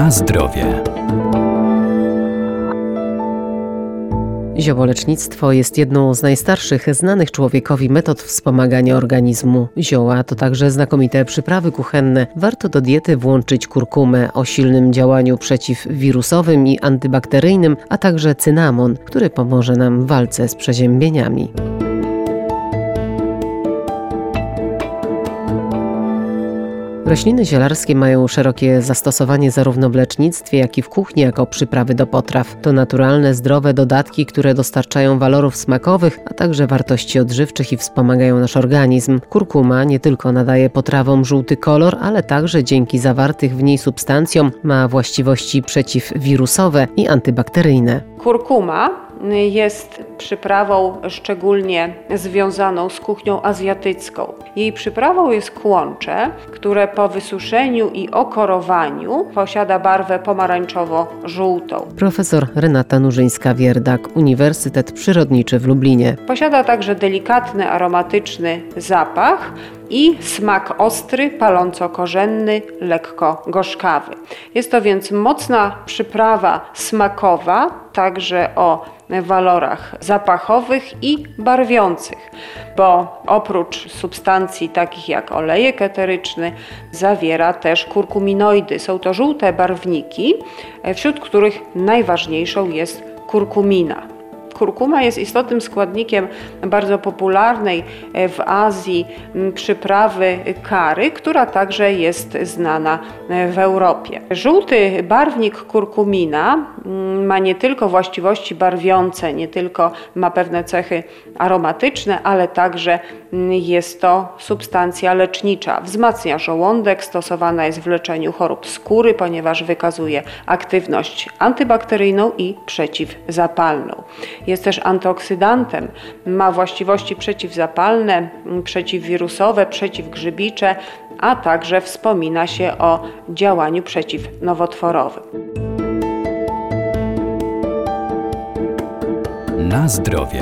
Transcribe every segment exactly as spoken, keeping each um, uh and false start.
Na zdrowie. Ziołolecznictwo jest jedną z najstarszych znanych człowiekowi metod wspomagania organizmu. Zioła to także znakomite przyprawy kuchenne. Warto do diety włączyć kurkumę o silnym działaniu przeciwwirusowym i antybakteryjnym, a także cynamon, który pomoże nam w walce z przeziębieniami. Rośliny zielarskie mają szerokie zastosowanie zarówno w lecznictwie, jak i w kuchni jako przyprawy do potraw. To naturalne, zdrowe dodatki, które dostarczają walorów smakowych, a także wartości odżywczych i wspomagają nasz organizm. Kurkuma nie tylko nadaje potrawom żółty kolor, ale także dzięki zawartych w niej substancjom ma właściwości przeciwwirusowe i antybakteryjne. Kurkuma jest przyprawą szczególnie związaną z kuchnią azjatycką. Jej przyprawą jest kłącze, które po wysuszeniu i okorowaniu posiada barwę pomarańczowo-żółtą. Profesor Renata Nurzyńska-Wierdak, Uniwersytet Przyrodniczy w Lublinie. Posiada także delikatny, aromatyczny zapach i smak ostry, paląco-korzenny, lekko gorzkawy. Jest to więc mocna przyprawa smakowa, także o walorach zapachowych i barwiących, bo oprócz substancji takich jak olejek eteryczny zawiera też kurkuminoidy. Są to żółte barwniki, wśród których najważniejszą jest kurkumina. Kurkuma jest istotnym składnikiem bardzo popularnej w Azji przyprawy curry, która także jest znana w Europie. Żółty barwnik kurkumina ma nie tylko właściwości barwiące, nie tylko ma pewne cechy aromatyczne, ale także jest to substancja lecznicza. Wzmacnia żołądek, stosowana jest w leczeniu chorób skóry, ponieważ wykazuje aktywność antybakteryjną i przeciwzapalną. Jest też antyoksydantem, ma właściwości przeciwzapalne, przeciwwirusowe, przeciwgrzybicze, a także wspomina się o działaniu przeciwnowotworowym. Na zdrowie.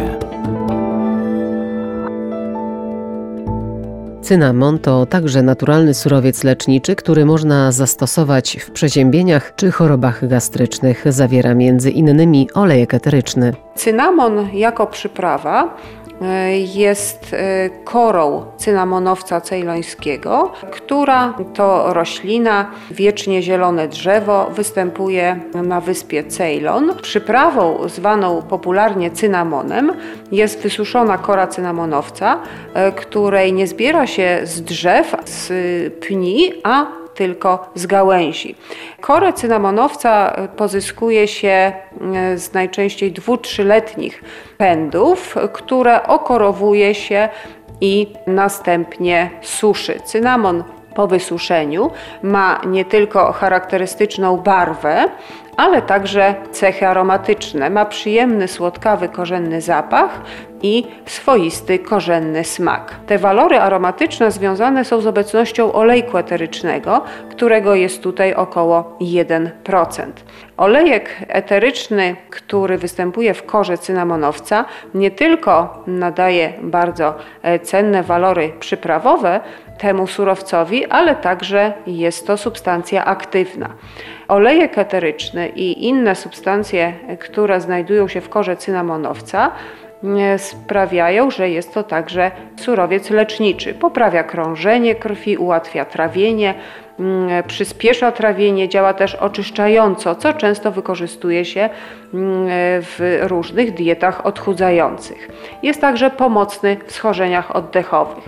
Cynamon to także naturalny surowiec leczniczy, który można zastosować w przeziębieniach czy chorobach gastrycznych. Zawiera między innymi olejek eteryczny. Cynamon jako przyprawa jest korą cynamonowca cejlońskiego, która to roślina, wiecznie zielone drzewo, występuje na wyspie Ceylan. Przyprawą zwaną popularnie cynamonem jest wysuszona kora cynamonowca, której nie zbiera się z drzew, z pni, a tylko z gałęzi. Korę cynamonowca pozyskuje się z najczęściej dwu-, trzyletnich pędów, które okorowuje się i następnie suszy. Cynamon po wysuszeniu ma nie tylko charakterystyczną barwę, ale także cechy aromatyczne. Ma przyjemny, słodkawy, korzenny zapach i swoisty, korzenny smak. Te walory aromatyczne związane są z obecnością olejku eterycznego, którego jest tutaj około jeden procent. Olejek eteryczny, który występuje w korze cynamonowca, nie tylko nadaje bardzo cenne walory przyprawowe temu surowcowi, ale także jest to substancja aktywna. Olejek eteryczny i inne substancje, które znajdują się w korze cynamonowca, sprawiają, że jest to także surowiec leczniczy. Poprawia krążenie krwi, ułatwia trawienie, przyspiesza trawienie, działa też oczyszczająco, co często wykorzystuje się w różnych dietach odchudzających. Jest także pomocny w schorzeniach oddechowych.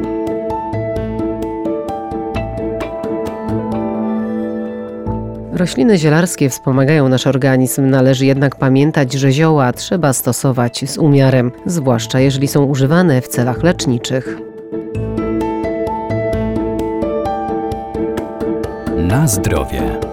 Rośliny zielarskie wspomagają nasz organizm, należy jednak pamiętać, że zioła trzeba stosować z umiarem, zwłaszcza jeżeli są używane w celach leczniczych. Na zdrowie.